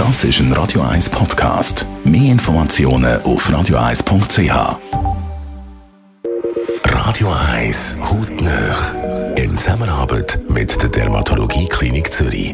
Das ist ein Radio 1 Podcast. Mehr Informationen auf radio1.ch. Radio 1 hautnah. In Zusammenarbeit mit der Dermatologie-Klinik Zürich.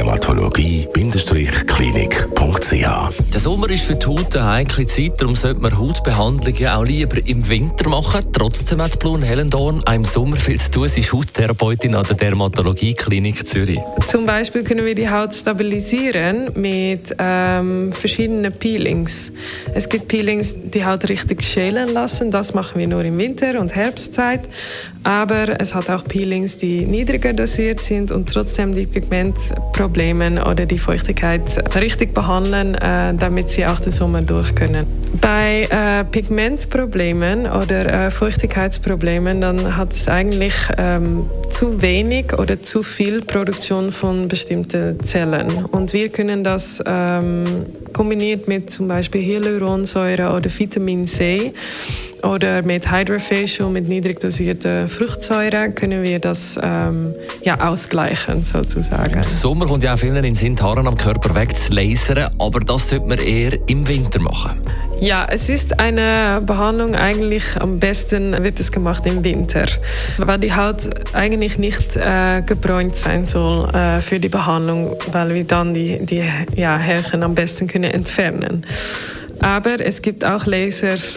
Dermatologie-klinik.ch. Der Sommer ist für die Haut eine heikle Zeit, darum sollte man Hautbehandlungen auch lieber im Winter machen. Trotzdem hat Blun Hellendorn auch im Sommer viel zu tun. Sie ist Hauttherapeutin an der Dermatologie-Klinik Zürich. Zum Beispiel können wir die Haut stabilisieren mit verschiedenen Peelings. Es gibt Peelings, die Haut richtig schälen lassen. Das machen wir nur im Winter- und Herbstzeit. Aber es hat auch Peelings, die niedriger dosiert sind und trotzdem die Pigmentprobleme oder die Feuchtigkeit richtig behandeln, damit sie auch den Sommer durch können. Bei Pigmentproblemen oder Feuchtigkeitsproblemen, dann hat es eigentlich zu wenig oder zu viel Produktion von bestimmten Zellen. Und wir können das kombiniert mit zum Beispiel Hyaluronsäure oder Vitamin C oder mit Hydrofacial, mit niedrig dosierter Fruchtsäure, können wir das ausgleichen, sozusagen. Im Sommer kommt ja auch vielen in den Sinn, die Haare am Körper wegzulasern, aber das sollte man eher im Winter machen. Ja, es ist eine Behandlung, eigentlich am besten wird es gemacht im Winter, weil die Haut eigentlich nicht gebräunt sein soll für die Behandlung, weil wir dann die Härchen am besten können entfernen. Aber es gibt auch Lasers,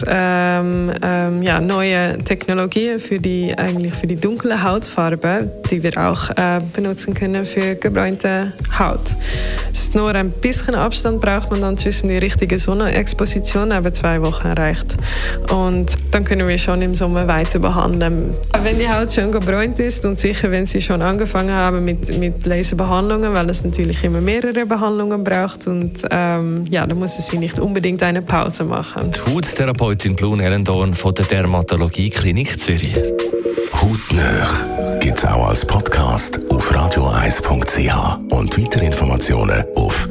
neue Technologien für die dunkle Hautfarbe, die wir auch benutzen können für gebräunte Haut. Es ist nur ein bisschen Abstand braucht man dann zwischen die richtige Sonnenexposition, aber 2 Wochen reicht. Und dann können wir schon im Sommer weiter behandeln. Wenn die Haut schon gebräunt ist und sicher, wenn Sie schon angefangen haben mit Laserbehandlungen, weil es natürlich immer mehrere Behandlungen braucht und dann muss Sie nicht unbedingt eine Pause machen. Die Hauttherapeutin Blun Hellendorn von der Dermatologie-Klinik Zürich. Hautnah gibt es auch als Podcast auf radio1.ch und weitere Informationen auf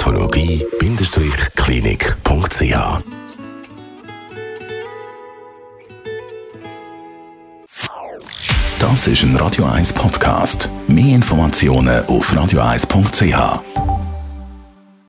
dermatologie-klinik.ch. Das ist ein Radio 1 Podcast. Mehr Informationen auf radio1.ch.